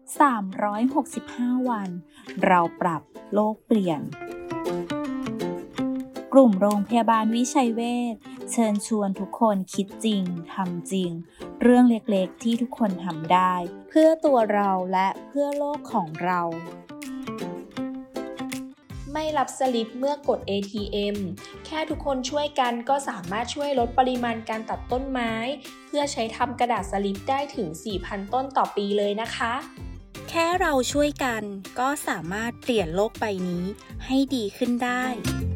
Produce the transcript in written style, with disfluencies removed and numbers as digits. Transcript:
365 วันเราปรับโลกเปลี่ยนกลุ่มโรงพยาบาลวิชัยเวชเชิญชวนทุกคนคิดจริงทำจริงเรื่องเล็กๆที่ทุกคนทำได้เพื่อตัวเราและเพื่อโลกของเราไม่รับสลิปเมื่อกด ATM แค่ทุกคนช่วยกันก็สามารถช่วยลดปริมาณการตัดต้นไม้เพื่อใช้ทำกระดาษสลิปได้ถึง 4,000 ต้นต่อปีเลยนะคะแค่เราช่วยกันก็สามารถเปลี่ยนโลกใบนี้ให้ดีขึ้นได้